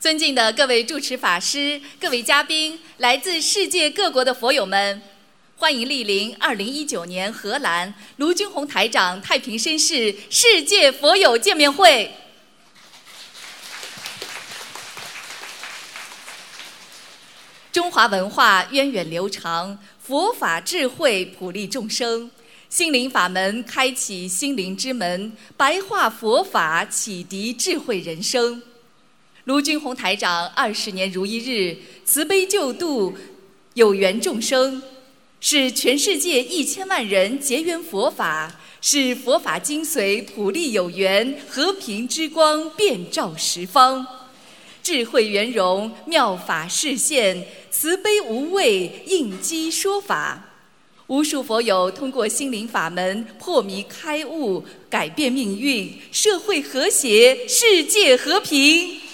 尊敬的各位主持法师、各位嘉宾、来自世界各国的佛友们，欢迎莅临2019年荷兰卢军宏台长太平绅士世界佛友见面会。中华文化源远流长，佛法智慧普利众生，心灵法门开启心灵之门，白话佛法启迪智慧人生。卢军宏台长20年如一日，慈悲救度有缘众生，使全世界1000万人结缘佛法，使佛法精髓普利有缘，和平之光遍照十方，智慧圆融，妙法示现，慈悲无畏，应机说法。无数佛友通过心灵法门破迷开悟，改变命运，社会和谐，世界和平。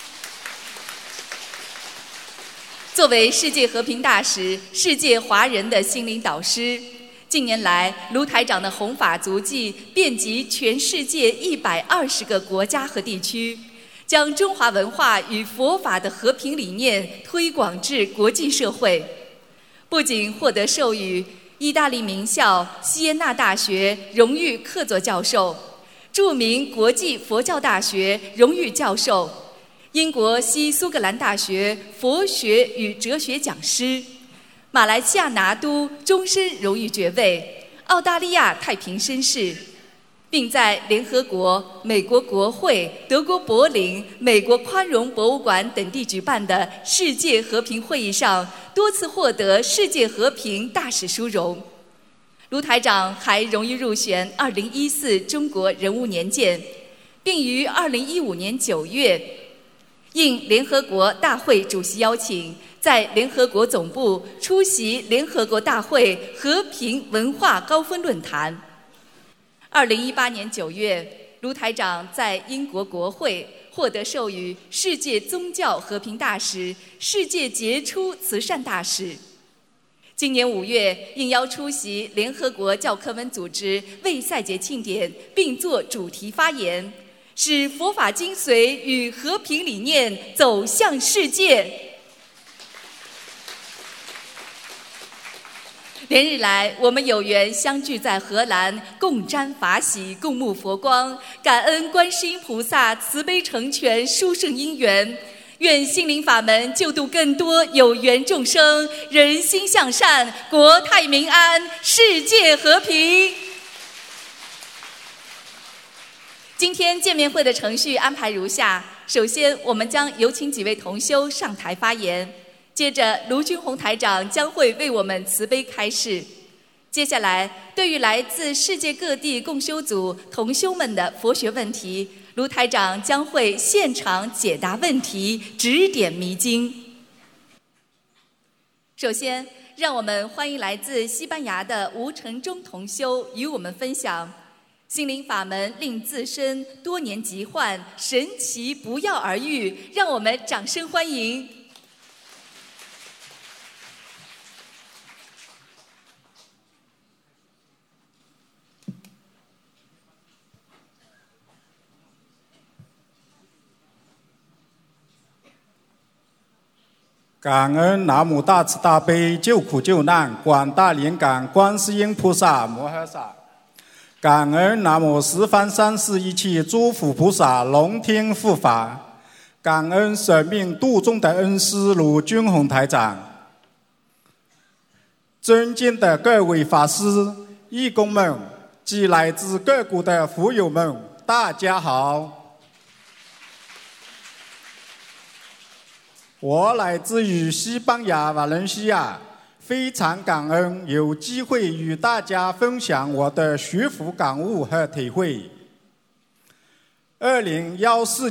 作为世界和平大使、世界华人的心灵导师，近年来卢台长的弘法足迹遍及全世界120个国家和地区，将中华文化与佛法的和平理念推广至国际社会。不仅获得授予意大利名校锡耶纳大学荣誉客座教授、著名国际佛教大学荣誉教授、英国西苏格兰大学佛学与哲学讲师，马来西亚拿督终身荣誉爵位，澳大利亚太平绅士，并在联合国、美国国会、德国柏林、美国宽容博物馆等地举办的世界和平会议上多次获得世界和平大使殊荣。卢台长还荣誉入选2014中国人物年鉴，并于2015年9月应联合国大会主席邀请，在联合国总部出席联合国大会和平文化高峰论坛。2018年9月，卢台长在英国国会获得授予世界宗教和平大使、世界杰出慈善大使。今年5月，应邀出席联合国教科文组织卫赛节庆典，并作主题发言，使佛法精髓与和平理念走向世界。连日来，我们有缘相聚在荷兰，共沾法喜，共沐佛光，感恩观世音菩萨慈悲成全殊胜因缘。愿心灵法门救度更多有缘众生，人心向善，国泰民安，世界和平。今天见面会的程序安排如下：首先，我们将有请几位同修上台发言。接着，卢军宏台长将会为我们慈悲开示。接下来，对于来自世界各地共修组同修们的佛学问题，卢台长将会现场解答问题，指点迷津。首先，让我们欢迎来自西班牙的吴承忠同修与我们分享心灵法门令自身多年疾患神奇不药而愈，让我们掌声欢迎。 感恩南无大慈大悲救苦救难广大灵感观世音菩萨摩诃萨，感恩南无十方三世一切诸佛菩萨龙天护法，感恩舍命度众的恩师卢军宏台长。尊敬的各位法师、义工们及来自各国的佛友们，大家好。我来自于西班牙瓦伦西亚，非常感恩有机会与大家分享我的学佛感悟和体会。2014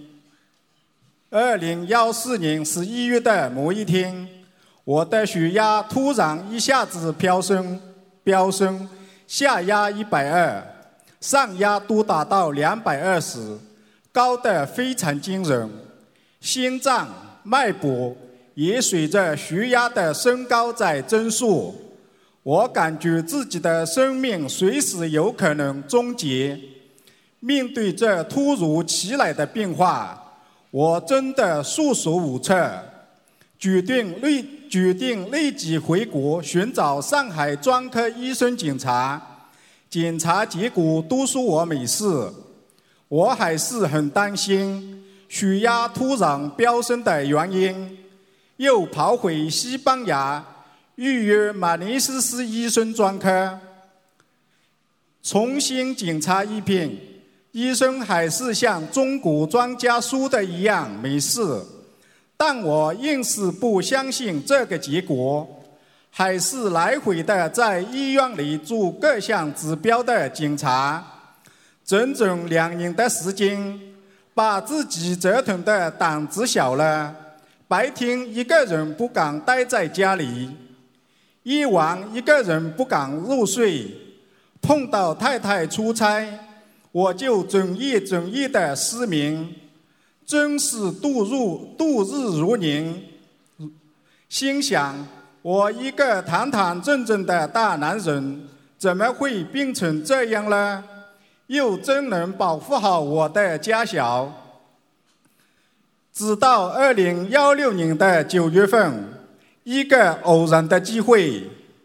年11月的某一天，我的血压突然一下子飙升，下压120，上压都达到220，高得非常惊人，心脏脉搏也随着血压的升高在增速，我感觉自己的生命随时有可能终结。面对这突如其来的变化， 我真的束手无策，决定立即回国寻找上海专科医生检查，检查结果都说我没事。我还是很担心血压突然飙升的原因，又跑回西班牙预约马尼斯斯医生专科，重新检查一遍，医生还是像中国专家说的一样没事，但我硬是不相信这个结果，还是来回的在医院里做各项指标的检查，整整2年的时间，把自己折腾的胆子小了，白天一个人不敢待在家里，夜晚一个人不敢入睡，碰到太太出差，我就整夜的失眠，真是度日如年。心想，我一个堂堂正正的大男人，怎么会变成这样呢？又真能保护好我的家小？直到2016年的9月份，一个偶然的机会，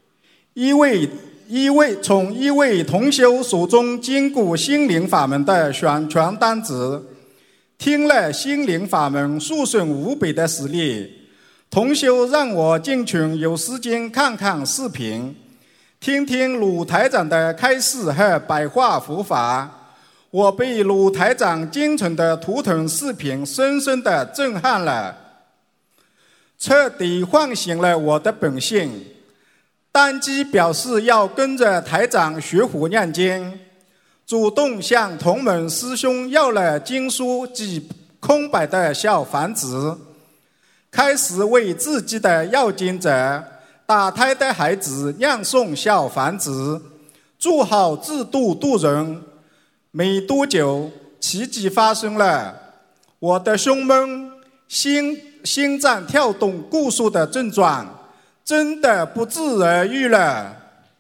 从一位同修手中经过心灵法门的宣传单子，听了心灵法门殊胜无比的实例，同修让我进群有时间看看视频，听听鲁台长的开示和白话佛法。我被鲁台长精纯的图腾视频深深的震撼了，彻底唤醒了我的本性，当即表示要跟着台长学佛念经，主动向同门师兄要了经书及空白的小房子，开始为自己的要经者、打胎的孩子念诵小房子，做好自度度人。没多久，奇迹发生了，我的胸闷、心脏跳动过速的症状真的不治而愈了。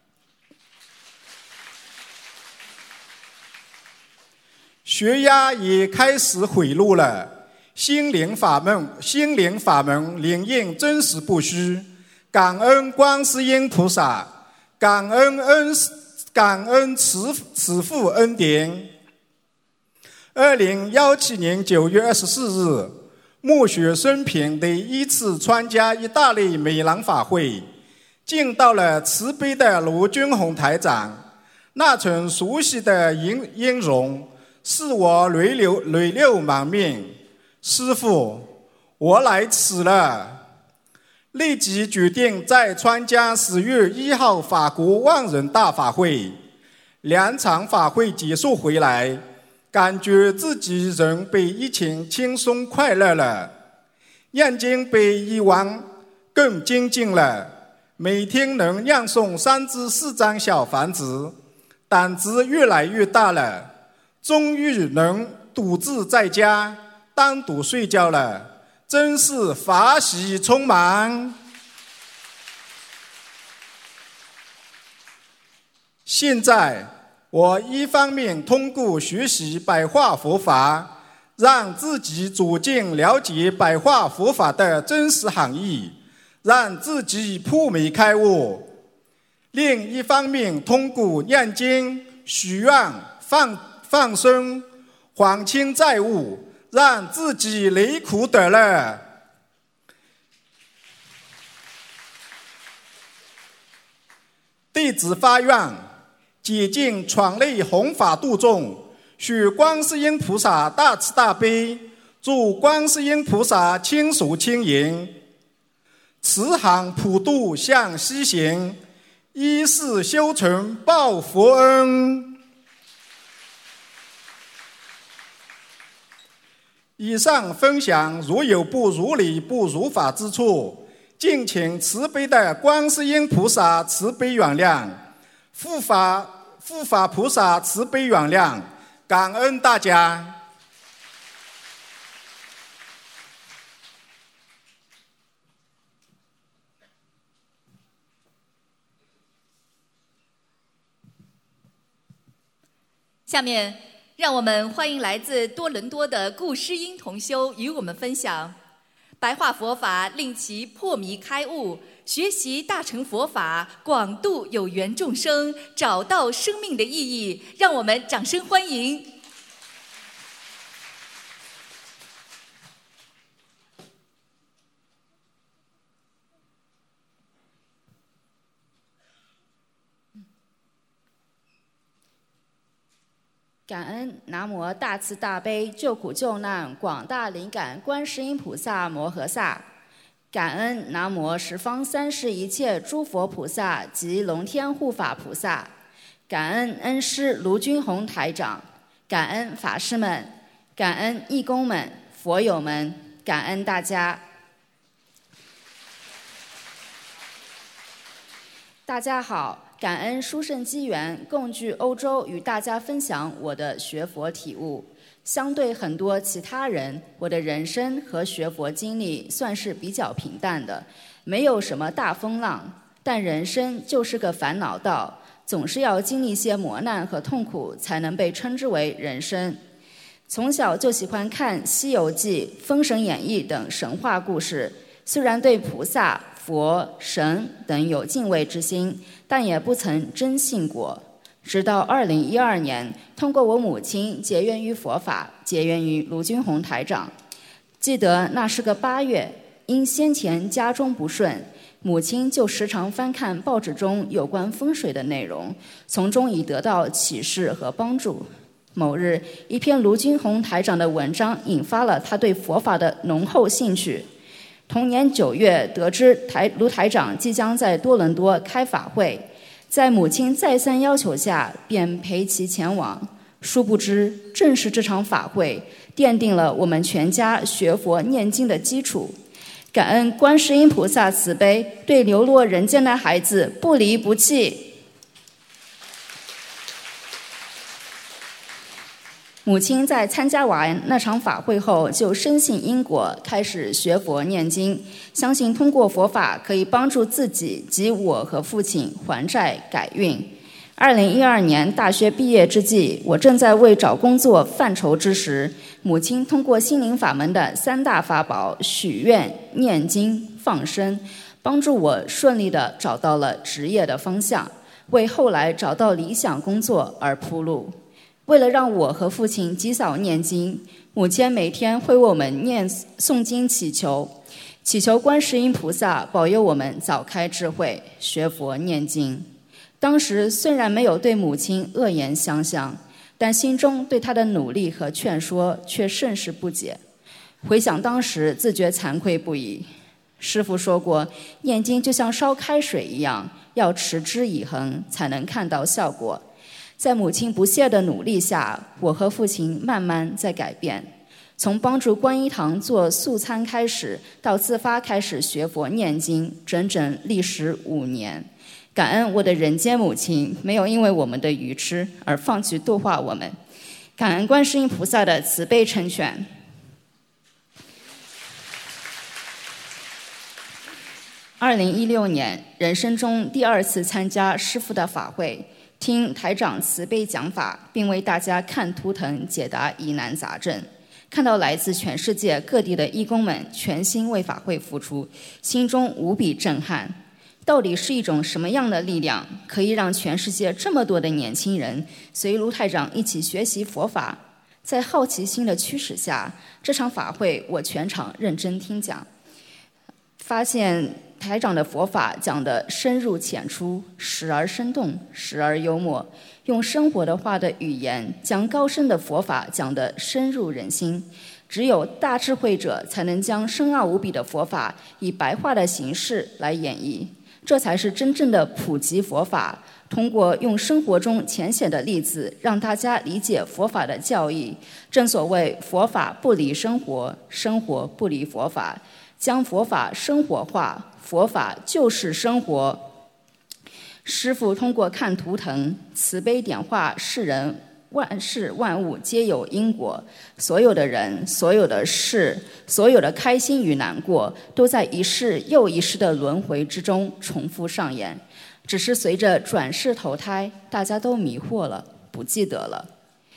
血压也开始回落了，心灵法门灵验真实不虚，感恩观世音菩萨，感恩慈父恩典。2017年9月24日，默雪生平第一次参加意大利美兰法会，见到了慈悲的罗君红台长，那层熟悉的音容使我泪流满面。师父，我来迟了。立即决定再参加10月1号法国万人大法会。2场法会结束回来，感觉自己人比以前轻松快乐了，念经比以往更精进了，每天能念诵3至4张小房子，胆子越来越大了，终于能独自在家单独睡觉了，真是法喜充满。现在我一方面通过学习白话佛法，让自己逐渐了解白话佛法的真实含义，让自己破迷开悟；另一方面通过念经、许愿、放生、还清债务，让自己离苦得乐。弟子发愿，竭尽全力弘法度众，许观世音菩萨大慈大悲，祝观世音菩萨千手千眼，慈航普渡向西行，一世修成报佛恩。以上分享如有不如理不如法之处，敬请慈悲的观世音菩萨慈悲原谅，护法菩萨慈悲原谅，感恩大家。 下面让我们欢迎来自多伦多的顾诗英同修与我们分享白话佛法，令其破迷开悟，学习大乘佛法，广度有缘众生，找到生命的意义。让我们掌声欢迎。 感恩南无大慈大悲救苦救难广大灵感观世音菩萨摩诃萨，感恩南无十方三世一切诸佛菩萨及龙天护法菩萨，感恩恩师卢军宏台长，感恩法师们，感恩义工们、佛友们，感恩大家。大家好，感恩殊胜机缘，共聚欧洲，与大家分享我的学佛体悟。相对很多其他人，我的人生和学佛经历算是比较平淡的，没有什么大风浪。但人生就是个烦恼道，总是要经历些磨难和痛苦，才能被称之为人生。从小就喜欢看《西游记》《封神演义》等神话故事，虽然对菩萨、佛、神等有敬畏之心，但也不曾真信过。直到2012年，通过我母亲结缘于佛法，结缘于卢军宏台长。记得那是个8月，因先前家中不顺，母亲就时常翻看报纸中有关风水的内容，从中已得到启示和帮助。某日，一篇卢军宏台长的文章引发了他对佛法的浓厚兴趣。同年9月，得知卢台长即将在多伦多开法会，在母亲再三要求下，便陪其前往。殊不知，正是这场法会，奠定了我们全家学佛念经的基础。感恩观世音菩萨慈悲，对流落人间的孩子不离不弃。母亲在参加完那场法会后，就深信因果，开始学佛念经，相信通过佛法可以帮助自己及我和父亲还债改运。2012年大学毕业之际，我正在为找工作犯愁之时，母亲通过心灵法门的3大法宝许愿、念经、放生，帮助我顺利地找到了职业的方向，为后来找到理想工作而铺路。为了让我和父亲及早念经，母亲每天会为我们诵经祈求观世音菩萨保佑我们早开智慧，学佛念经。当时虽然没有对母亲恶言相向，但心中对她的努力和劝说却甚是不解。回想当时，自觉惭愧不已。师父说过，念经就像烧开水一样，要持之以恒，才能看到效果。在母亲不懈的努力下，我和父亲慢慢在改变。从帮助观音堂做素餐开始，到自发开始学佛念经，整整历时5年。感恩我的人间母亲，没有因为我们的愚痴而放弃度化我们。感恩观世音菩萨的慈悲成全。2016年，人生中第2次参加师父的法会，听台长慈悲讲法，并为大家看图腾解答疑难杂症，看到来自全世界各地的义工们全心为法会付出，心中无比震撼。到底是一种什么样的力量，可以让全世界这么多的年轻人随卢台长一起学习佛法？在好奇心的驱使下，这场法会我全场认真听讲，发现台长的佛法讲得深入浅出，时而生动，时而幽默，用生活的话的语言将高深的佛法讲得深入人心。只有大智慧者才能将深奥无比的佛法以白话的形式来演绎，这才是真正的普及佛法。通过用生活中浅显的例子，让大家理解佛法的教义。正所谓佛法不离生活，生活不离佛法，将佛法生活化，佛法就是生活。师父通过看图腾，慈悲点化世人，万事万物皆有因果，所有的人，所有的事，所有的开心与难过，都在一世又一世的轮回之中重复上演。只是随着转世投胎，大家都迷惑了，不记得了。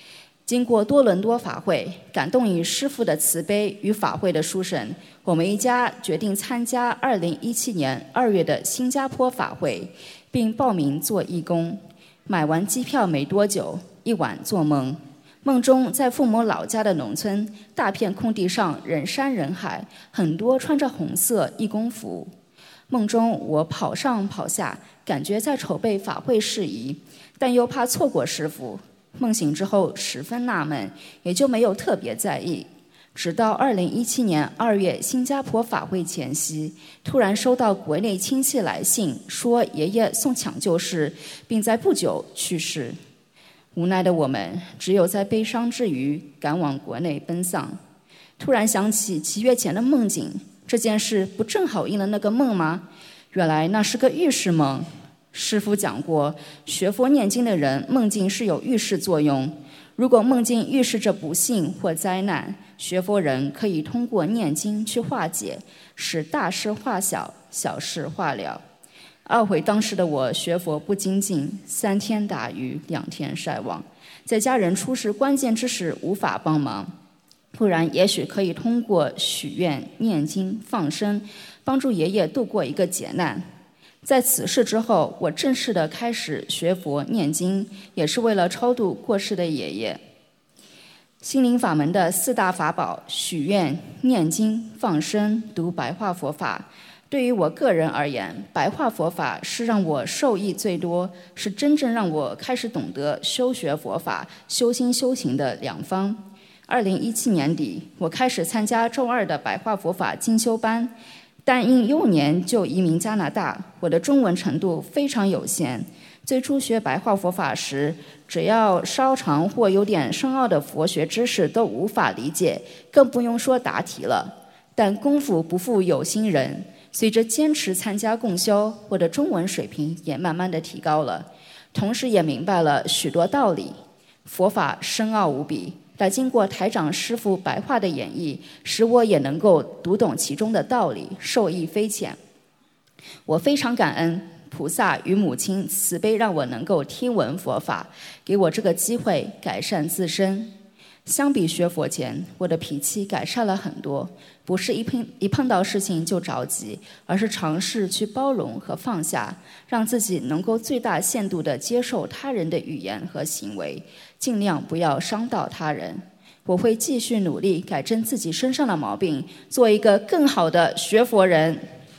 经过多伦多法会，感动于师父的慈悲与法会的殊胜，我们一家决定参加2017年2月的新加坡法会，并报名做义工。买完机票没多久，一晚做梦，梦中在父母老家的农村，大片空地上人山人海，很多穿着红色义工服。梦中我跑上跑下，感觉在筹备法会事宜，但又怕错过师父。梦醒之后十分纳闷，也就没有特别在意。直到2017年2月新加坡法会前夕，突然收到国内亲戚来信，说爷爷送抢救室，并在不久去世。无奈的我们只有在悲伤之余赶往国内奔丧。突然想起几月前的梦境，这件事不正好应了那个梦吗？原来那是个预示梦。师父讲过，学佛念经的人梦境是有预示作用。如果梦境预示着不幸或灾难，学佛人可以通过念经去化解，使大事化小，小事化了。懊悔当时的我学佛不精进，3天打鱼2天晒网，在家人出事关键之时无法帮忙，不然也许可以通过许愿、念经、放生，帮助爷爷度过一个劫难。在此事之后，我正式的开始学佛念经，也是为了超度过世的爷爷。心灵法门的4大法宝：许愿、念经、放生、读白话佛法。对于我个人而言，白话佛法是让我受益最多，是真正让我开始懂得修学佛法、修心修行的良方。2017年底，我开始参加周2的白话佛法精修班，但因幼年就移民加拿大，我的中文程度非常有限。最初学白话佛法时，只要稍长或有点深奥的佛学知识都无法理解，更不用说答题了。但功夫不负有心人，随着坚持参加共修，我的中文水平也慢慢的提高了，同时也明白了许多道理。佛法深奥无比，但经过台长师父白话的演绎，使我也能够读懂其中的道理，受益匪浅。我非常感恩菩萨与母亲慈悲，让我能够听闻佛法，给我这个机会改善自身。相比学佛前，我的脾气改善了很多，不是一碰到事情就着急，而是尝试去包容和放下，让自己能够最大限度地接受他人的语言和行为，尽量不要伤到他人。我会继续努力改正自己身上的毛病，做一个更好的学佛人。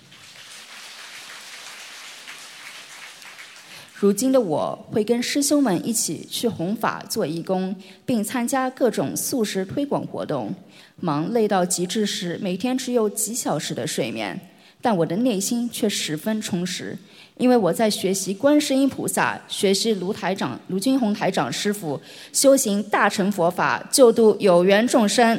如今的我会跟师兄们一起去弘法做义工，并参加各种素食推广活动。忙累到极致时，每天只有几小时的睡眠，但我的内心却十分充实，因为我在学习观世音菩萨，学习卢军宏台长师父，修行大乘佛法，救度有缘众生。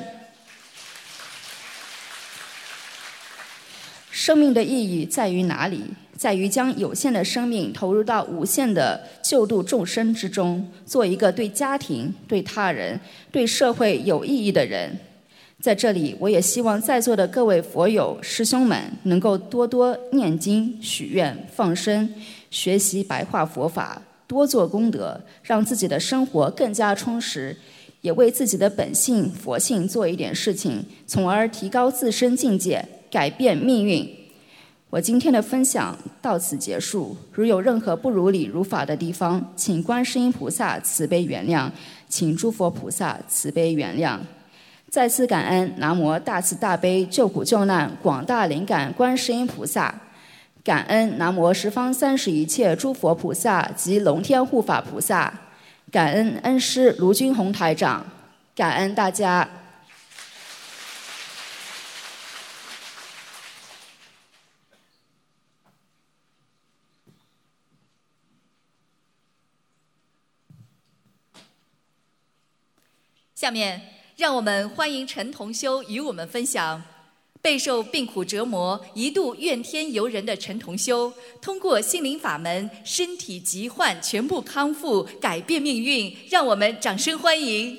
生命的意义在于哪里？在于将有限的生命投入到无限的救度众生之中，做一个对家庭、对他人、对社会有意义的人。在这里，我也希望在座的各位佛友师兄们能够多多念经、许愿、放生，学习白话佛法，多做功德，让自己的生活更加充实，也为自己的本性佛性做一点事情，从而提高自身境界，改变命运。我今天的分享到此结束，如有任何不如理如法的地方，请观世音菩萨慈悲原谅，请诸佛菩萨慈悲原谅。再次感恩南无大慈大悲救苦救难广大灵感观世音菩萨，感恩南无十方三世一切诸佛菩萨及龙天护法菩萨，感恩恩师卢军宏台长，感恩大家。 下面让我们欢迎陈同修与我们分享。备受病苦折磨，一度怨天尤人的陈同修，通过心灵法门，身体疾患全部康复，改变命运。让我们掌声欢迎。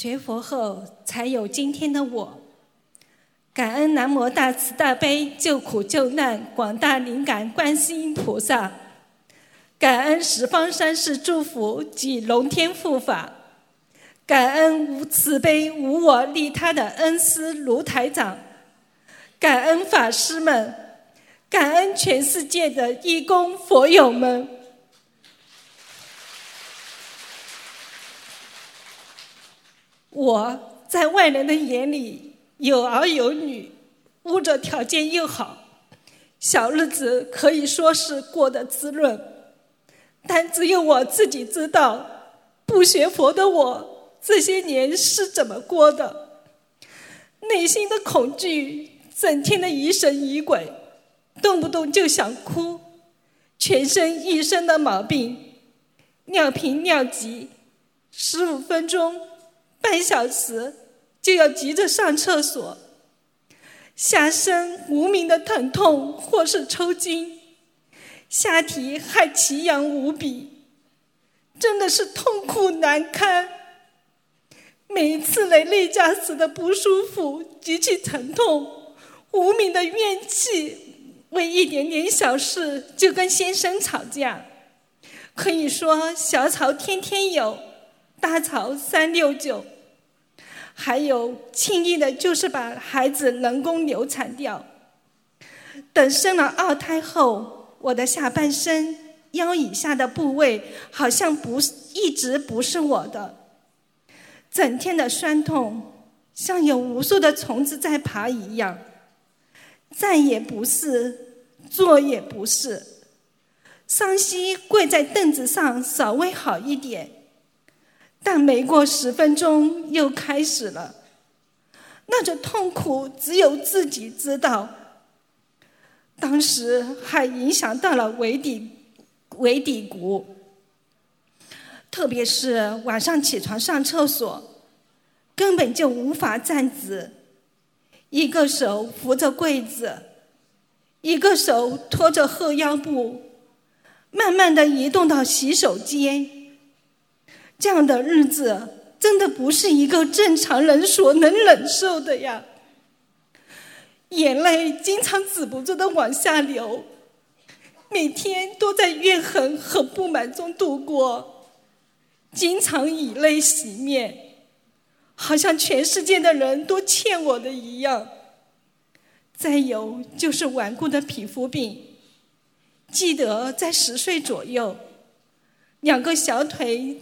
学佛后才有今天的我。感恩南无大慈大悲救苦救难广大灵感观世音菩萨，感恩十方三世祝福及龙天护法，感恩无慈悲无我利他的恩师卢台长，感恩法师们，感恩全世界的义工佛友们。我在外人的眼里有儿有女，物质条件又好，小日子可以说是过得滋润。但只有我自己知道，不学佛的我这些年是怎么过的。内心的恐惧，整天的疑神疑鬼，动不动就想哭，全身一身的毛病，尿频尿急，15分钟半小时就要急着上厕所，下身无名的疼痛或是抽筋，下体还奇痒无比，真的是痛苦难堪。每一次累累驾驶的不舒服及其疼痛，无名的怨气，为一点点小事就跟先生吵架，可以说小吵天天有，大吵369。还有轻易的就是把孩子人工流产掉。等生了2胎后，我的下半身腰以下的部位好像一直不是我的，整天的酸痛像有无数的虫子在爬一样，站也不是，坐也不是，双膝跪在凳子上稍微好一点，但没过10分钟又开始了。那种痛苦只有自己知道，当时还影响到了尾骶骨，特别是晚上起床上厕所，根本就无法站直，一个手扶着柜子，一个手拖着后腰部，慢慢地移动到洗手间。这样的日子真的不是一个正常人所能忍受的呀，眼泪经常止不住的往下流，每天都在怨恨和不满中度过，经常以泪洗面，好像全世界的人都欠我的一样。再有就是顽固的皮肤病，记得在10岁左右，两个小腿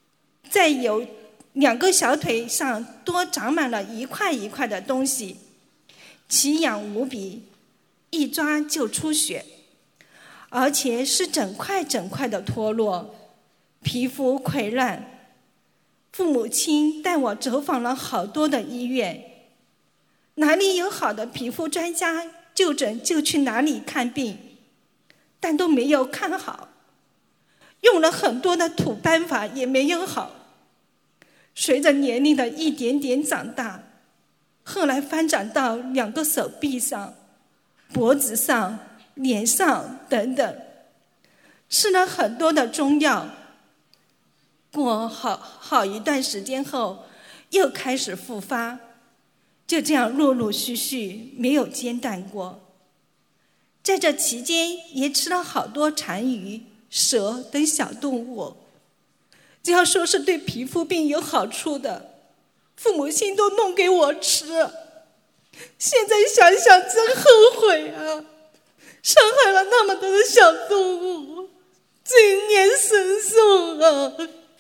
上多长满了一块一块的东西，奇痒无比，一抓就出血，而且是整块整块的脱落，皮肤溃烂。父母亲带我走访了好多的医院，哪里有好的皮肤专家就诊就去哪里看病，但都没有看好，用了很多的土办法也没有好。随着年龄的一点点长大，后来翻展到2个手臂上、脖子上、脸上等等，吃了很多的中药，过好一段时间后又开始复发，就这样陆陆续续没有间断过。在这期间也吃了好多蟾鱼、蛇等小动物，只要说是对皮肤病有好处的，父母亲都弄给我吃。现在想想真后悔啊，伤害了那么多的小动物，罪孽深重啊。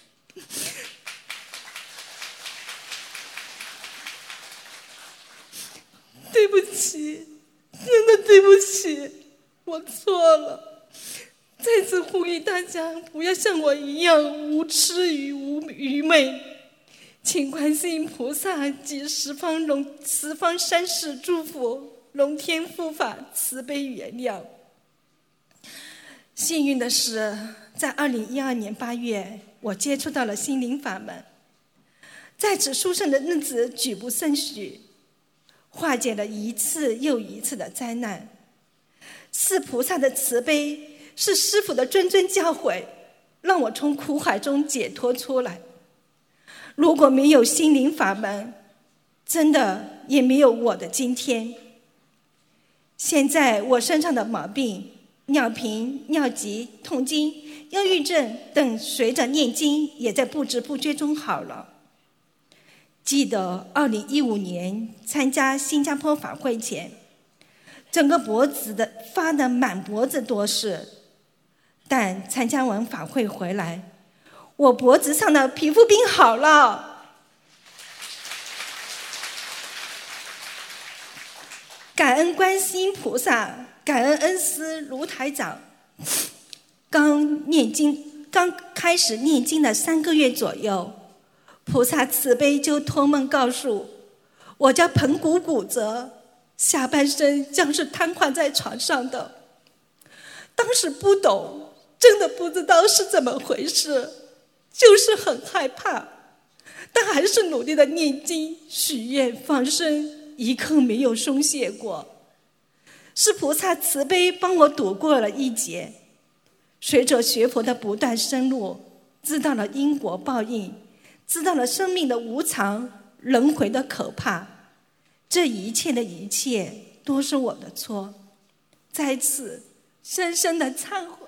对不起，真的对不起，我错了。再次呼吁大家不要像我一样无知与愚昧，请观世音菩萨及十方三世诸佛龙天护法慈悲原谅。幸运的是，在2012年8月，我接触到了心灵法门，在此殊胜的日子举不胜许，化解了一次又一次的灾难。是菩萨的慈悲，是师父的谆谆教诲，让我从苦海中解脱出来。 如果没有心灵法门，真的也没有我的今天。现在我身上的毛病，尿频、尿急、痛经、忧郁症等，随着念经也在不知不觉中好了。记得2015年参加新加坡法会前，整个脖子发得满脖子都是，但参加完法会回来，我脖子上的皮肤病好了。感恩观世音菩萨，感恩恩师卢台长。刚开始念经的3个月左右，菩萨慈悲就托梦告诉我家盆骨骨折，下半身将是瘫痪在床上的。当时不懂，真的不知道是怎么回事，就是很害怕，但还是努力的念经、许愿、放生，一刻没有松懈过。是菩萨慈悲帮我躲过了一劫。随着学佛的不断深入，知道了因果报应，知道了生命的无常、轮回的可怕，这一切的一切都是我的错，在此深深的忏悔。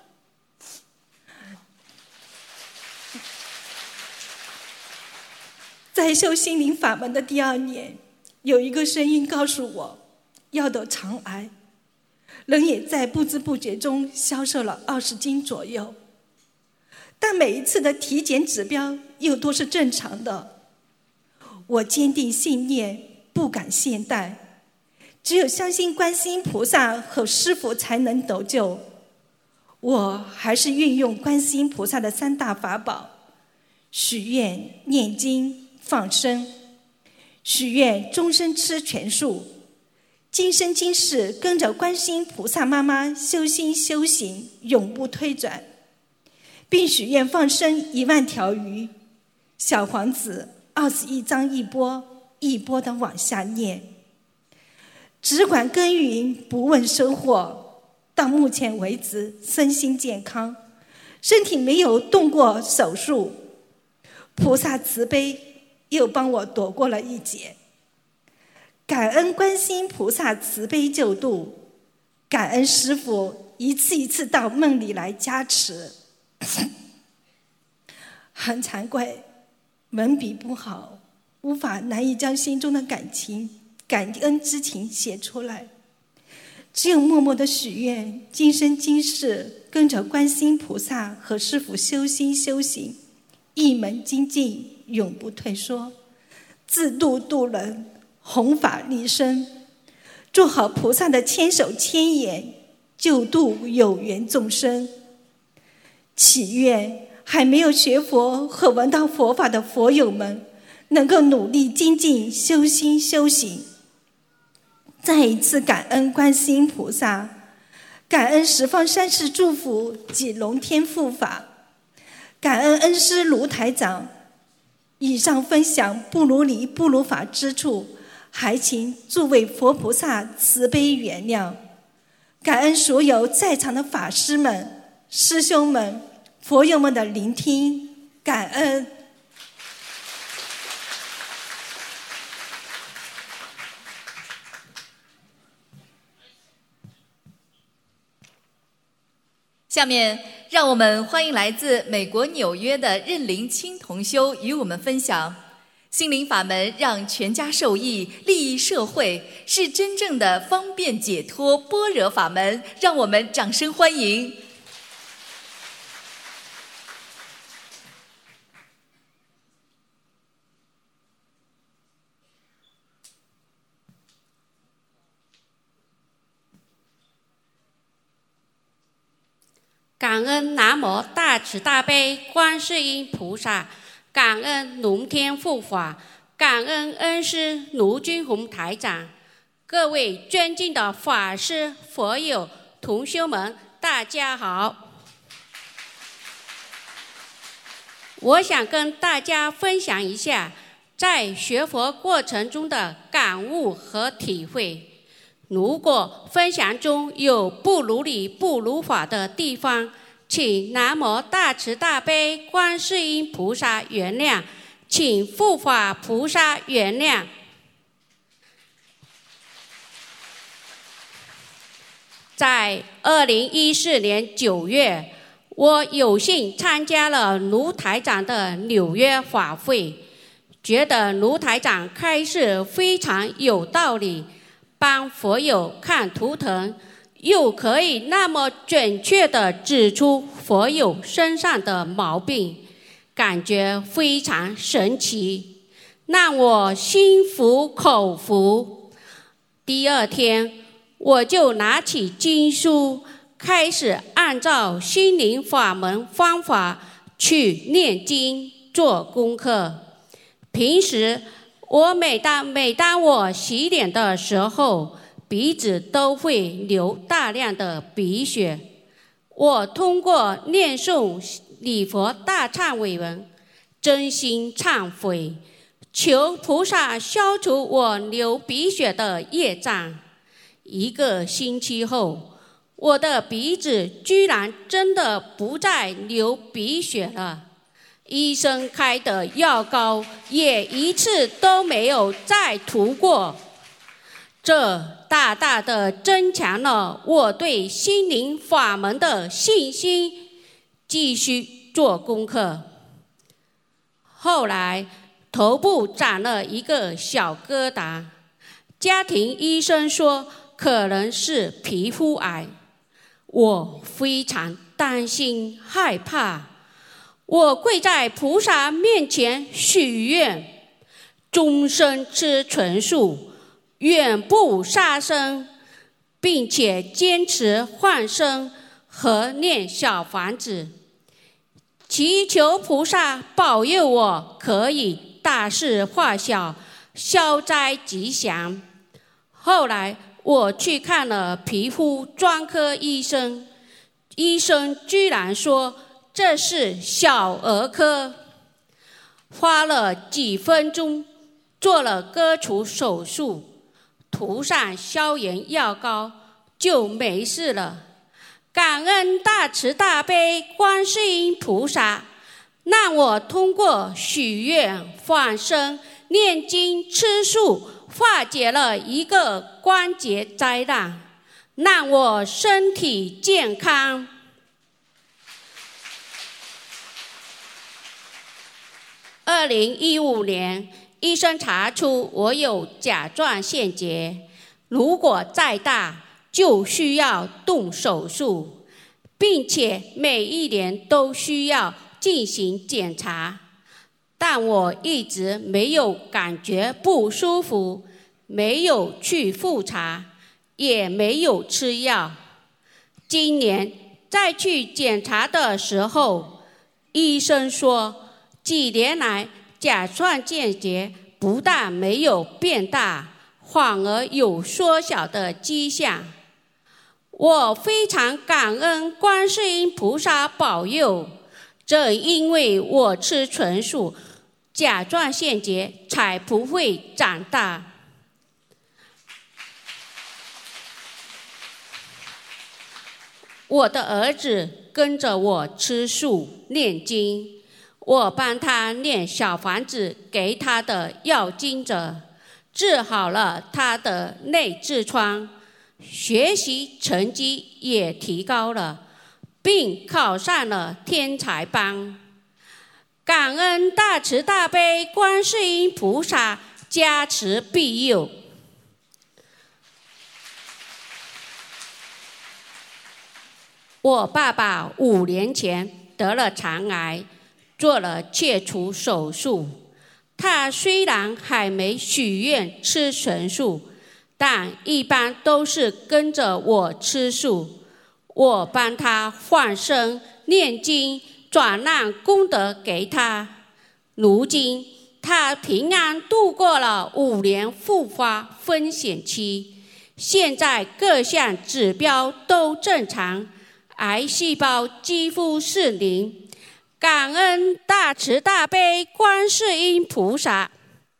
在修心灵法门的第2年，有一个声音告诉我要得肠癌，人也在不知不觉中消瘦了20斤左右，但每一次的体检指标又都是正常的。我坚定信念，不敢懈怠，只有相信观世音菩萨和师父才能得救。我还是运用观世音菩萨的3大法宝：许愿、念经、放生。许愿终身吃全素，今生今世跟着观世音菩萨妈妈修心修行，永不退转，并许愿放生1万条鱼。小房子21章一波一波的往下念，只管耕耘，不问收获。到目前为止，身心健康，身体没有动过手术，菩萨慈悲又帮我躲过了一劫。感恩观世音菩萨慈悲救度，感恩师父一次一次到梦里来加持。很惭愧，文笔不好，难以将心中的感恩之情写出来，只有默默的许愿，今生今世跟着观世音菩萨和师父修心修行，一门精进，永不退缩，自度度人，弘法利生，做好菩萨的千手千眼，救度有缘众生。祈愿还没有学佛和闻到佛法的佛友们能够努力精进修心修行。再一次感恩观世音菩萨，感恩十方三世祝福及龙天护法，感恩恩师卢台长。以上分享不如理不如法之处，还请诸位佛菩萨慈悲原谅。感恩所有在场的法师们、师兄们、佛友们的聆听，感恩。 下面让我们欢迎来自美国纽约的任灵清同修与我们分享心灵法门让全家受益，利益社会，是真正的方便解脱般若法门，让我们掌声欢迎。 感恩南无大慈大悲观世音菩萨，感恩龙天护法，感恩恩师卢军宏台长，各位尊敬的法师、佛友、同修们，大家好。我想跟大家分享一下在学佛过程中的感悟和体会。如果分享中有不如理不如法的地方，请南无大慈大悲观世音菩萨原谅， 请护法菩萨原谅。在2014年9月，我有幸参加了卢台长的纽约法会，觉得卢台长开示非常有道理，帮佛友看图腾，又可以那么准确地指出佛友身上的毛病，感觉非常神奇，让我心服口服。第二天，我就拿起经书，开始按照心灵法门方法去念经做功课。平时我每当我洗脸的时候，鼻子都会流大量的鼻血。我通过念诵礼佛大忏悔文，真心忏悔，求菩萨消除我流鼻血的业障。1个星期后，我的鼻子居然真的不再流鼻血了，医生开的药膏也一次都没有再涂过。这大大的增强了我对心灵法门的信心，继续做功课。后来头部长了一个小疙瘩，家庭医生说可能是皮肤癌，我非常担心害怕。我跪在菩萨面前许愿，终身吃纯素，愿不杀生，并且坚持放生和念小房子，祈求菩萨保佑我可以大事化小，消灾吉祥。后来我去看了皮肤专科医生，医生居然说这是小儿科，花了几分钟做了割除手术，涂上消炎药膏就没事了。感恩大慈大悲观世音菩萨，让我通过许愿放生念经吃素，化解了一个关节灾难，让我身体健康。2015年，医生查出我有甲状腺结，如果再大就需要动手术，并且每1年都需要进行检查。但我一直没有感觉不舒服，没有去复查，也没有吃药。今年再去检查的时候，医生说几年来甲状腺结不但没有变大，反而有缩小的迹象。我非常感恩观世音菩萨保佑，正因为我吃纯素，甲状腺结才不会长大。我的儿子跟着我吃素念经，我帮他念小房子给他的要经者，治好了他的内痔疮，学习成绩也提高了，并考上了天才班。感恩大慈大悲观世音菩萨加持庇佑。我爸爸5年前得了肠癌，做了切除手术。他虽然还没许愿吃纯素，但一般都是跟着我吃素。我帮他放生、念经，转让功德给他。如今他平安度过了5年复发风险期，现在各项指标都正常，癌细胞几乎是0。感恩大慈大悲观世音菩萨。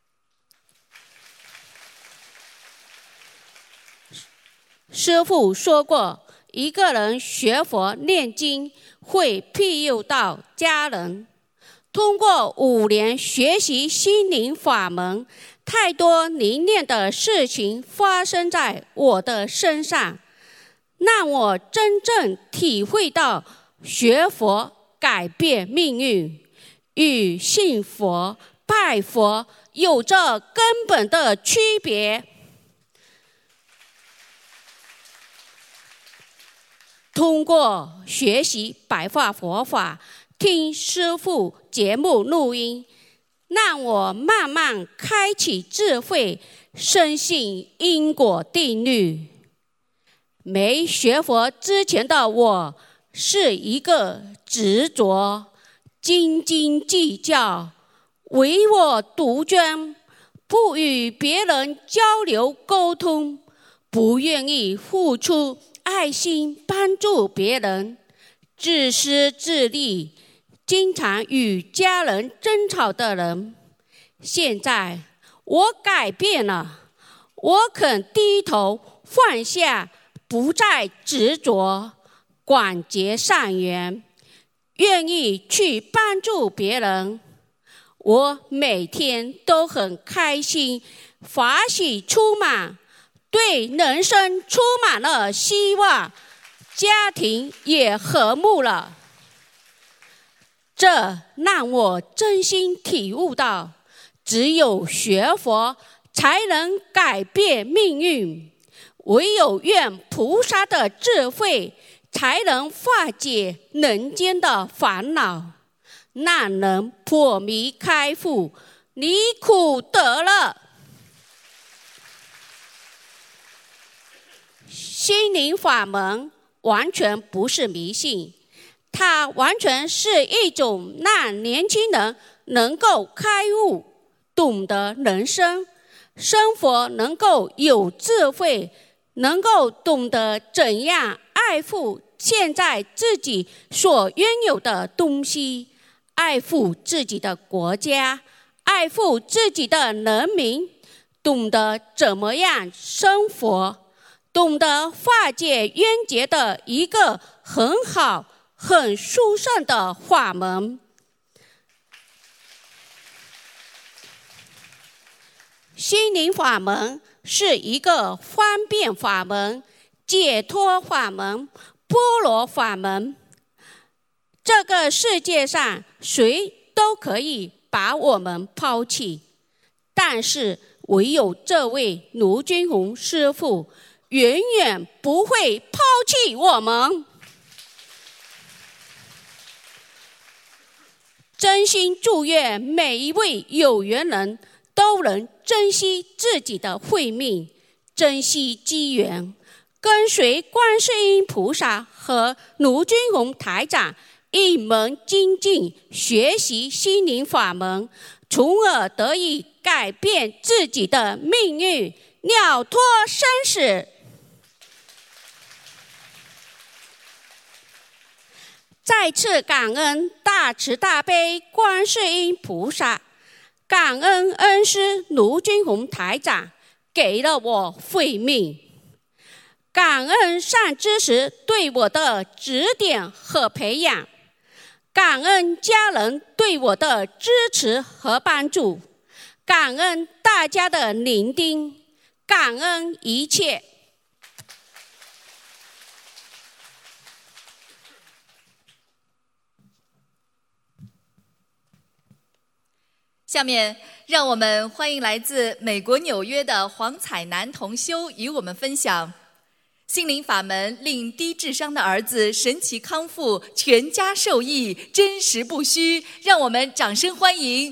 师父说过，一个人学佛念经会庇佑到家人。 通过5年学习心灵法门，太多灵验的事情发生在我的身上，让我真正体会到学佛改变命运与信佛拜佛有着根本的区别。通过学习白话佛法，听师父节目录音，让我慢慢开启智慧，深信因果定律。没学佛之前的我是一个执着、斤斤计较、唯我独尊，不与别人交流沟通，不愿意付出爱心帮助别人，自私自利，经常与家人争吵的人。现在我改变了，我肯低头放下，不再执着，广结善缘，愿意去帮助别人。我每天都很开心，法喜充满，对人生充满了希望，家庭也和睦了。这让我真心体悟到，只有学佛才能改变命运，唯有愿菩萨的智慧才能化解人间的烦恼，让人破迷开悟，离苦得乐。心灵法门完全不是迷信，它完全是一种让年轻人能够开悟，懂得人生生活，能够有智慧，能够懂得怎样爱护现在自己所拥有的东西，爱护自己的国家，爱护自己的人民，懂得怎么样生活，懂得化解冤结的一个很好很殊胜的法门。心灵法门是一个方便法门、解脱法门、般若法门。这个世界上谁都可以把我们抛弃，但是唯有这位卢军宏师父远远不会抛弃我们。真心祝愿每一位有缘人都能珍惜自己的慧命，珍惜机缘，跟随观世音菩萨和卢军宏台长一门精进，学习心灵法门，从而得以改变自己的命运，了脱生死。再次感恩大慈大悲观世音菩萨，感恩恩师卢军宏台长给了我慧命，感恩善知识对我的指点和培养，感恩家人对我的支持和帮助，感恩大家的聆听，感恩一切。 下面让我们欢迎来自美国纽约的黄彩楠同修与我们分享心灵法门令低智商的儿子神奇康复，全家受益，真实不虚。让我们掌声欢迎。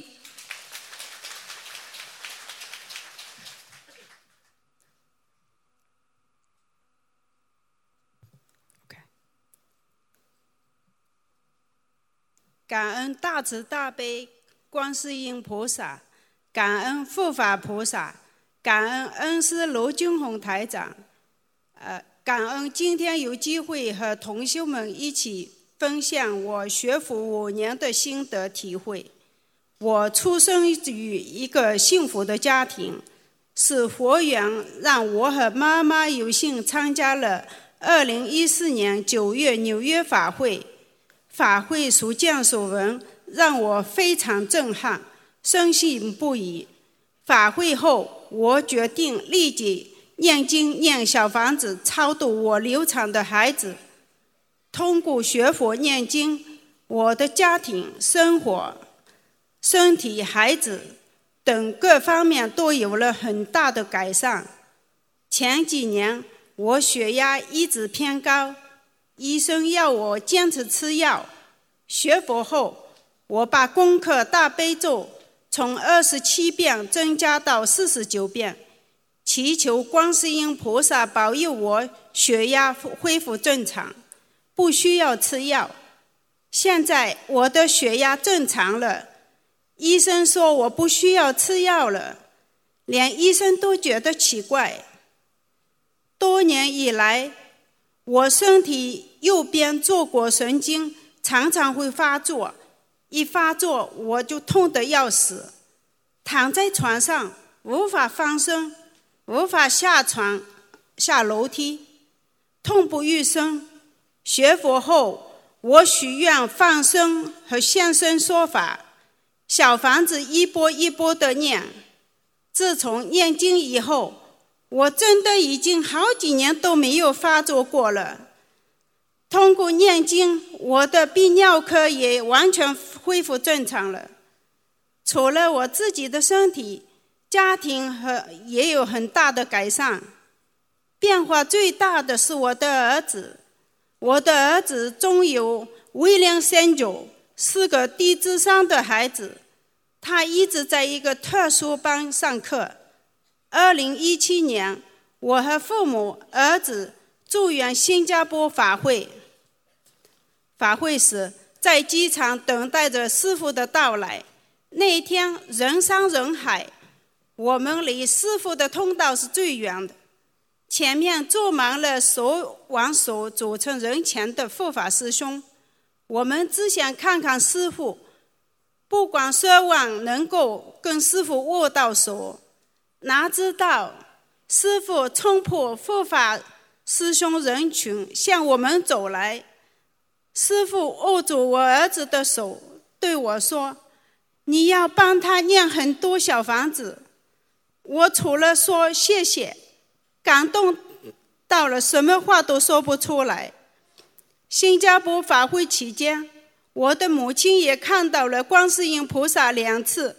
感恩大慈大悲观世音菩萨，感恩护法菩萨，感恩恩师卢军宏台长，感恩今天有机会和同修们一起分享我学佛5年的心得体会。我出生于一个幸福的家庭，是佛缘让我和妈妈有幸参加了2014年9月纽约法会。法会所见所闻让我非常震撼，深信不疑。法会后，我决定立即念经念小房子，超度我流产的孩子。通过学佛念经，我的家庭、生活、身体、孩子等各方面都有了很大的改善。前几年我血压一直偏高，医生要我坚持吃药。学佛后，我把功课大悲咒从27遍增加到49遍，祈求观世音菩萨保佑我血压恢复正常，不需要吃药。现在我的血压正常了，医生说我不需要吃药了，连医生都觉得奇怪。多年以来，我身体右边坐骨神经常常会发作，一发作我就痛得要死，躺在床上无法翻身，无法下床下楼梯，痛不欲生。学佛后，我许愿放生和现身说法，小房子一波一波的念。自从念经以后，我真的已经好几年都没有发作过了。通过念经，我的泌尿科也完全恢复正常了。除了我自己的身体，家庭也有很大的改善。变化最大的是我的儿子。我的儿子中有威廉森九，是个低智商的孩子，他一直在一个特殊班上课。2017年，我和父母、儿子住院新加坡法会时，在机场等待着师父的到来。那一天人山人海，我们离师父的通道是最远的，前面坐满了手挽手组成人前的护法师兄。我们只想看看师父，不管奢望能够跟师父握到手，哪知道师父冲破护法师兄人群向我们走来。师父握住我儿子的手，对我说：“你要帮他念很多小房子。”我除了说谢谢，感动到了什么话都说不出来。新加坡法会期间，我的母亲也看到了观世音菩萨2次。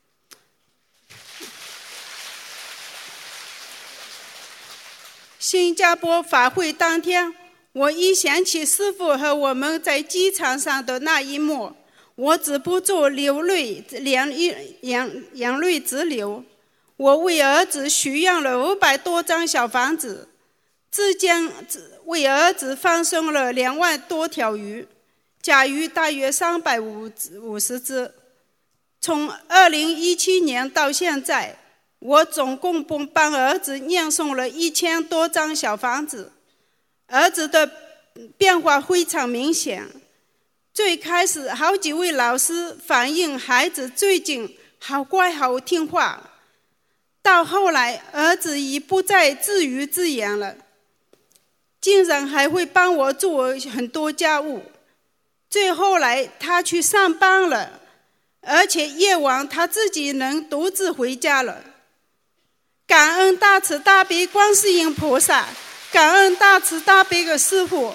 新加坡法会当天，我一想起师父和我们在机场上的那一幕，我止不住流泪，眼泪直流。我为儿子许愿了500多张小房子，至今为儿子放生了2万多条鱼，甲鱼大约350只。从2017年到现在，我总共帮儿子念诵了1000多张小房子，儿子的变化非常明显。最开始好几位老师反映孩子最近好乖好听话，到后来儿子已不再自娱自演了，竟然还会帮我做很多家务。最后来他去上班了，而且夜晚他自己能独自回家了。感恩大慈大悲观世音菩萨，感恩大慈大悲的师父。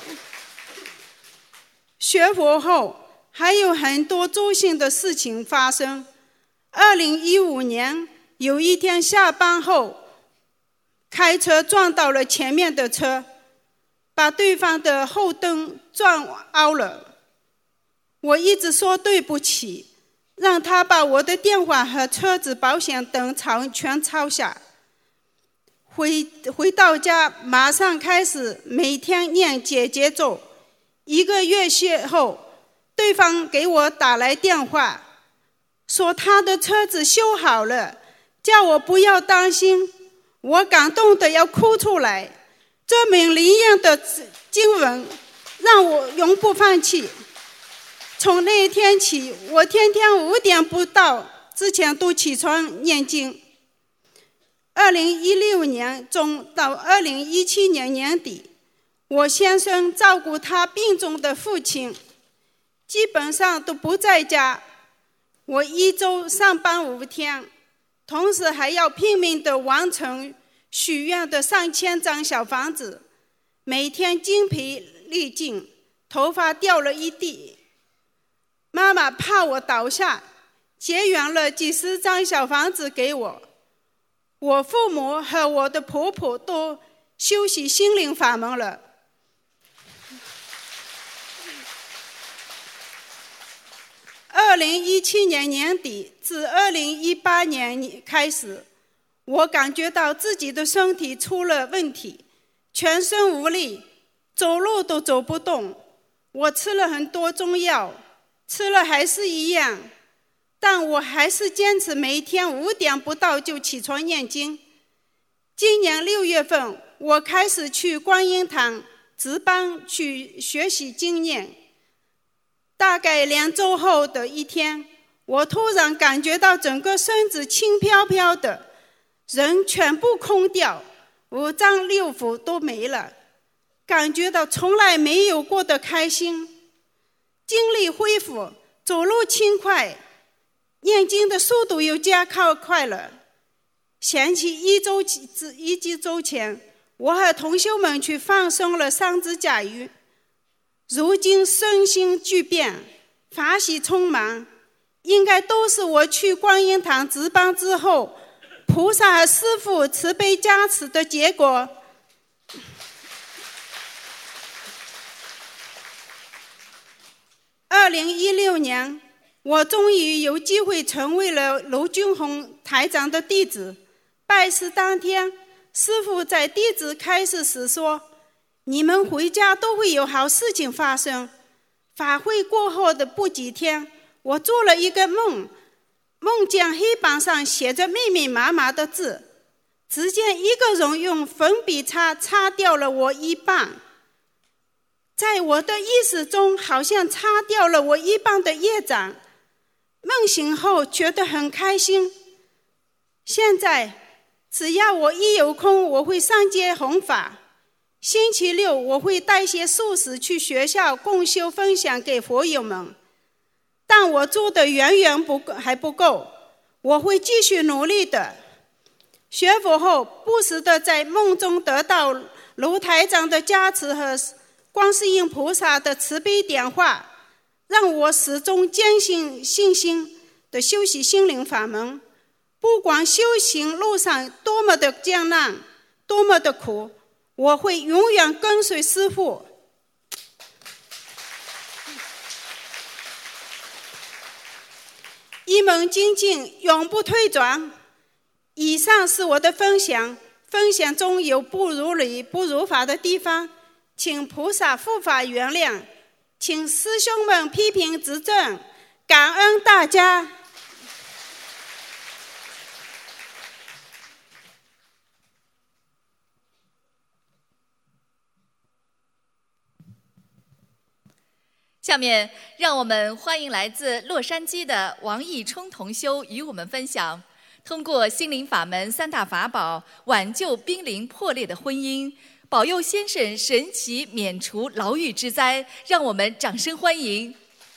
学佛后还有很多周幸的事情发生。2015年有一天下班后，开车撞到了前面的车，把对方的后灯撞凹了。我一直说对不起，让他把我的电话和车子保险等全抄下。回到家马上开始每天念解结咒。1个月后，对方给我打来电话，说他的车子修好了，叫我不要担心。我感动得要哭出来。这么灵验的经文让我永不放弃。从那一天起，我天天5点不到之前都起床念经。2016年中到2017年年底，我先生照顾他病重的父亲，基本上都不在家， 我一周上班5天，同时还要拼命地完成许愿的上千张小房子，每天精疲力尽，头发掉了一地。妈妈怕我倒下，结缘了几十张小房子给我。我父母和我的婆婆都修习心灵法门了。2017年年底至2018年开始，我感觉到自己的身体出了问题，全身无力，走路都走不动。我吃了很多中药，吃了还是一样，但我还是坚持每天5点不到就起床念经。今年6月份，我开始去观音堂值班去学习经念。大概2周后的一天，我突然感觉到整个身子轻飘飘的，人全部空掉，5脏6腑都没了，感觉到从来没有过的开心，精力恢复，走路轻快，念经的速度又加快了。想起一周前，我和同修们去放生了3只甲鱼，如今身心巨变，法喜充满，应该都是我去观音堂值班之后，菩萨和师父慈悲加持的结果。2016年，我终于有机会成为了卢军宏台长的弟子。拜师当天，师父在弟子开示时说，你们回家都会有好事情发生。法会过后的不几天，我做了一个梦，梦见黑板上写着密密麻麻的字，只见一个人用粉笔擦掉了我一半。在我的意识中，好像擦掉了我一半的业障。梦醒后觉得很开心。现在只要我一有空，我会上街弘法。星期六我会带些素食去学校共修分享给佛友们，但我做的远远还不够，我会继续努力的。学佛后，不时的在梦中得到卢台长的加持和观世音菩萨的慈悲点化，让我始终坚信信心的修习心灵法门。不管修行路上多么的艰难，多么的苦，我会永远跟随师父。一门精进，永不退转。以上是我的分享，分享中有不如理、不如法的地方，请菩萨护法原谅，请师兄们批评指正，感恩大家。 下面让我们欢迎来自洛杉矶的王义冲同修与我们分享，通过心灵法门3大法宝挽救濒临破裂的婚姻，保佑先生神奇免除牢狱之灾，让我们掌声欢迎。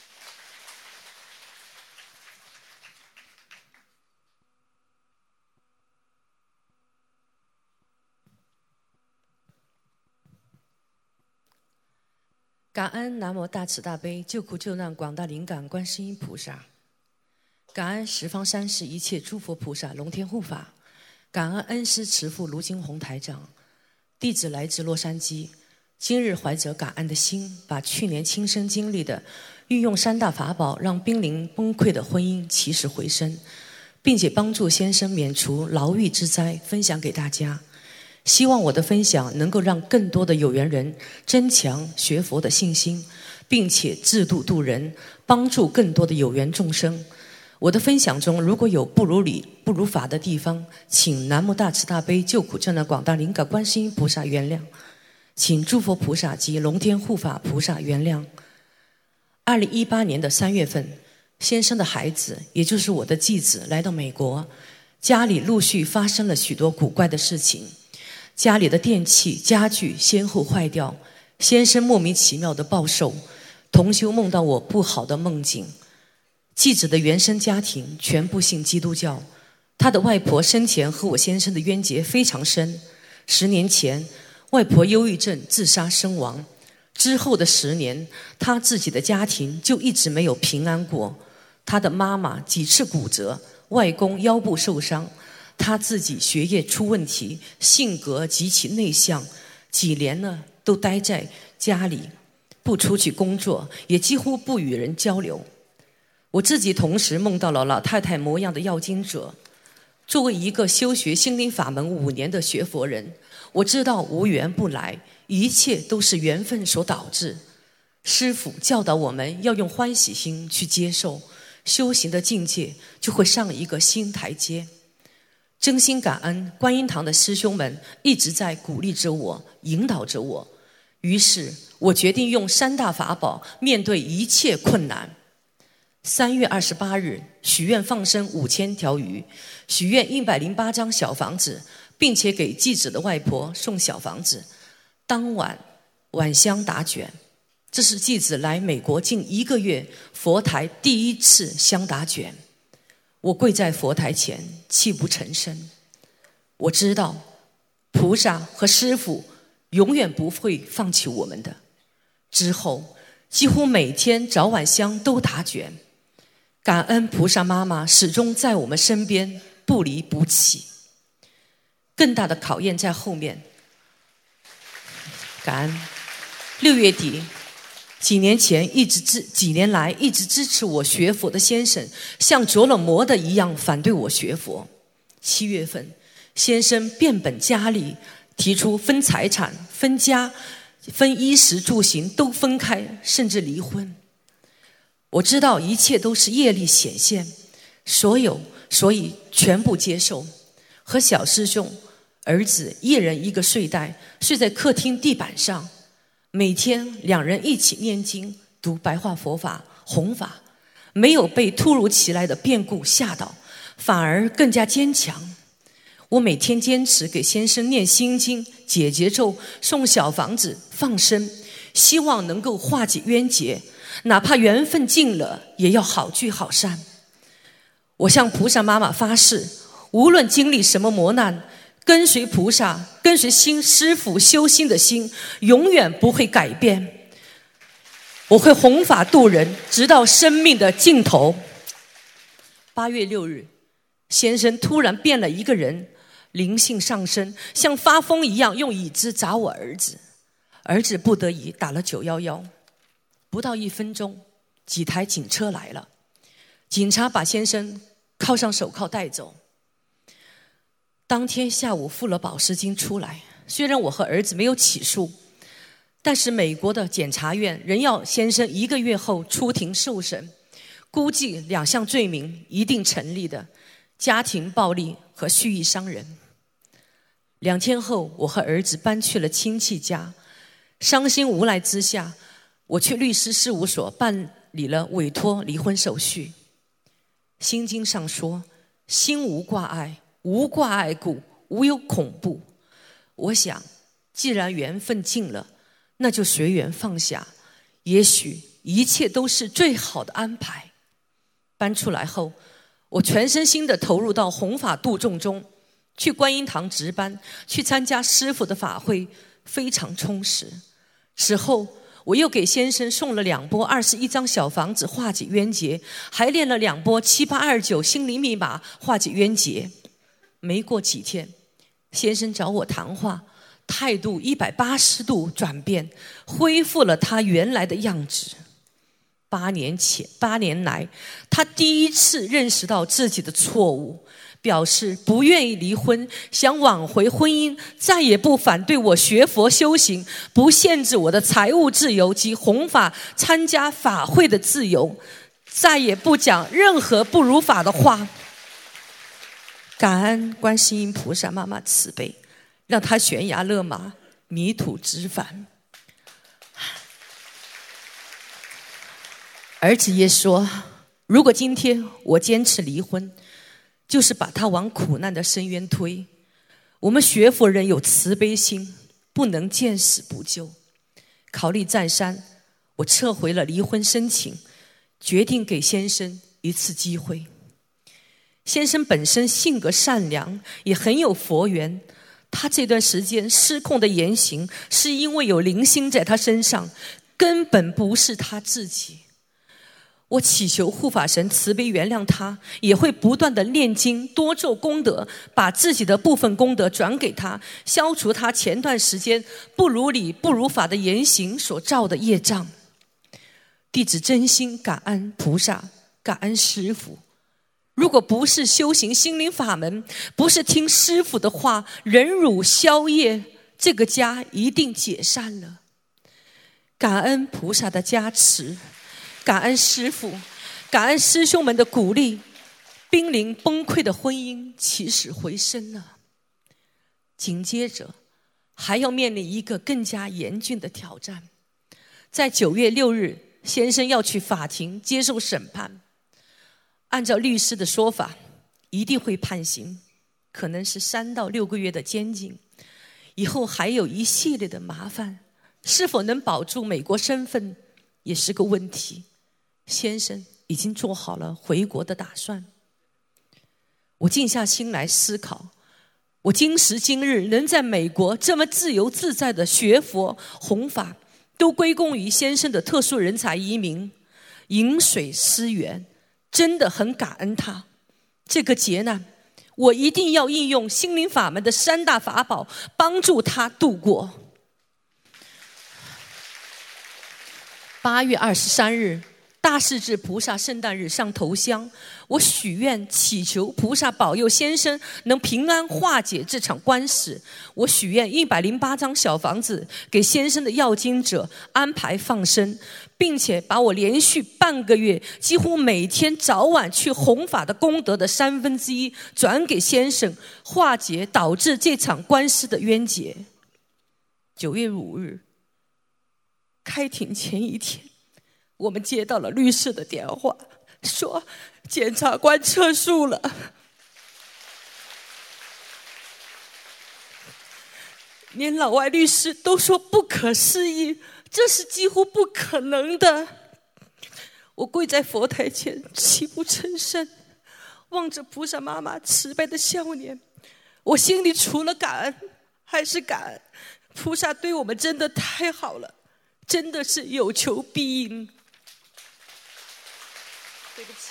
感恩南无大慈大悲救苦救难广大灵感观世音菩萨，感恩十方三世一切诸佛菩萨龙天护法，感恩恩师慈父卢金宏台长。弟子来自洛杉矶，今日怀着感恩的心，把去年亲身经历的运用3大法宝让濒临崩溃的婚姻起死回生，并且帮助先生免除牢狱之灾分享给大家。希望我的分享能够让更多的有缘人增强学佛的信心，并且自度度人，帮助更多的有缘众生。我的分享中如果有不如理、不如法的地方，请南无大慈大悲救苦救难广大灵感观世音菩萨原谅，请诸佛菩萨及龙天护法菩萨原谅。2018年的3月份，先生的孩子，也就是我的继子来到美国，家里陆续发生了许多古怪的事情。家里的电器家具先后坏掉，先生莫名其妙的暴瘦，同修梦到我不好的梦境。 继子的原生家庭全部信基督教，他的外婆生前和我先生的冤结非常深。10年前，外婆忧郁症自杀身亡，之后的10年，他自己的家庭就一直没有平安过。他的妈妈几次骨折，外公腰部受伤，他自己学业出问题，性格极其内向，几年了都待在家里，不出去工作，也几乎不与人交流。我自己同时梦到了老太太模样的要经者。作为一个修学心灵法门5年的学佛人，我知道无缘不来，一切都是缘分所导致。师父教导我们要用欢喜心去接受，修行的境界就会上一个新台阶。真心感恩观音堂的师兄们一直在鼓励着我，引导着我。于是我决定用3大法宝面对一切困难。3月28日，许愿放生5000条鱼，许愿108张小房子，并且给继子的外婆送小房子。当晚晚香打卷，这是继子来美国近1个月佛台第一次香打卷。我跪在佛台前，泣不成声。我知道菩萨和师父永远不会放弃我们的。之后几乎每天早晚香都打卷，感恩菩萨妈妈始终在我们身边，不离不弃。更大的考验在后面。感恩6月底，几年来一直支持我学佛的先生，像着了魔的一样反对我学佛。7月份，先生变本加厉，提出分财产、分家、分衣食住行都分开，甚至离婚。我知道一切都是业力显现，所以全部接受。和小师兄儿子一人1个睡袋，睡在客厅地板上，每天2人一起念经，读白话佛法、弘法，没有被突如其来的变故吓到，反而更加坚强。我每天坚持给先生念心经、解结咒、送小房子、放生，希望能够化解冤结，哪怕缘分尽了，也要好聚好散。我向菩萨妈妈发誓，无论经历什么磨难，跟随菩萨，跟随师父修心的心永远不会改变。我会弘法度人，直到生命的尽头。8月6日，先生突然变了一个人，灵性上升，像发疯一样用椅子砸我儿子。儿子不得已打了911。不到1分钟，几台警车来了，警察把先生铐上手铐带走。当天下午付了保释金出来，虽然我和儿子没有起诉，但是美国的检察院仍要先生1个月后出庭受审，估计2项罪名一定成立的：家庭暴力和蓄意伤人。2天后，我和儿子搬去了亲戚家，伤心无奈之下，我去律师事务所办理了委托离婚手续。心经上说，心无挂碍，无挂碍故，无有恐怖。我想，既然缘分尽了，那就随缘放下，也许一切都是最好的安排。搬出来后，我全身心地投入到弘法度众中，去观音堂值班，去参加师父的法会，非常充实。此后我又给先生送了2波21张小房子化解冤结，还练了2波7829心灵密码化解冤结。没过几天，先生找我谈话，态度180度转变，恢复了他原来的样子。8年来，他第一次认识到自己的错误，表示不愿意离婚，想挽回婚姻，再也不反对我学佛修行，不限制我的财务自由及弘法参加法会的自由，再也不讲任何不如法的话。感恩观世音菩萨妈妈慈悲，让他悬崖勒马，迷途知返。儿子也说，如果今天我坚持离婚，就是把他往苦难的深渊推。我们学佛人有慈悲心，不能见死不救。考虑再三，我撤回了离婚申请，决定给先生一次机会。先生本身性格善良，也很有佛缘。他这段时间失控的言行，是因为有灵性在他身上，根本不是他自己。我祈求护法神慈悲原谅他，也会不断的念经，多做功德，把自己的部分功德转给他，消除他前段时间不如理不如法的言行所造的业障。弟子真心感恩菩萨，感恩师父。如果不是修行心灵法门，不是听师父的话，忍辱消业，这个家一定解散了。感恩菩萨的加持，感恩师父，感恩师兄们的鼓励，濒临崩溃的婚姻起死回生了。紧接着还要面临一个更加严峻的挑战。在9月6日，先生要去法庭接受审判。按照律师的说法，一定会判刑，可能是3到6个月的监禁，以后还有一系列的麻烦，是否能保住美国身份也是个问题。先生已经做好了回国的打算。我静下心来思考，我今时今日能在美国这么自由自在的学佛弘法，都归功于先生的特殊人才移民，饮水思源，真的很感恩他。这个劫难，我一定要应用心灵法门的3大法宝，帮助他度过。8月23日，大势至菩萨圣诞日上头香，我许愿祈求菩萨保佑先生能平安化解这场官司。我许愿108张小房子给先生的要经者安排放生，并且把我连续半个月几乎每天早晚去弘法的功德的1/3转给先生，化解导致这场官司的冤结。9月5日开庭前一天，我们接到了律师的电话，说检察官撤诉了。连老外律师都说不可思议，这是几乎不可能的。我跪在佛台前泣不成声，望着菩萨妈妈慈悲的笑脸，我心里除了感恩还是感恩。菩萨对我们真的太好了，真的是有求必应。对不起。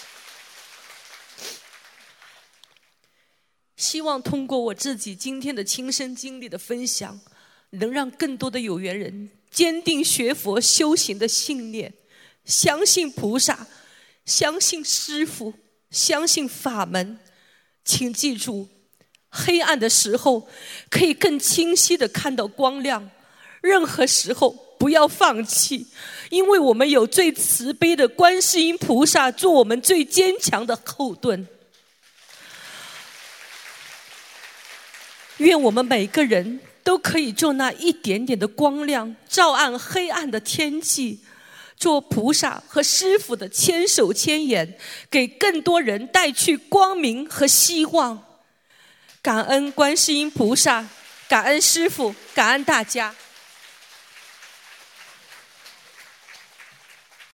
希望通过我自己今天的亲身经历的分享，能让更多的有缘人坚定学佛修行的信念，相信菩萨，相信师父，相信法门。请记住，黑暗的时候可以更清晰地看到光亮，任何时候不要放弃，因为我们有最慈悲的观世音菩萨做我们最坚强的后盾。愿我们每个人都可以做那一点点的光亮，照暗黑暗的天际，做菩萨和师父的千手千眼，给更多人带去光明和希望。感恩观世音菩萨，感恩师父，感恩大家。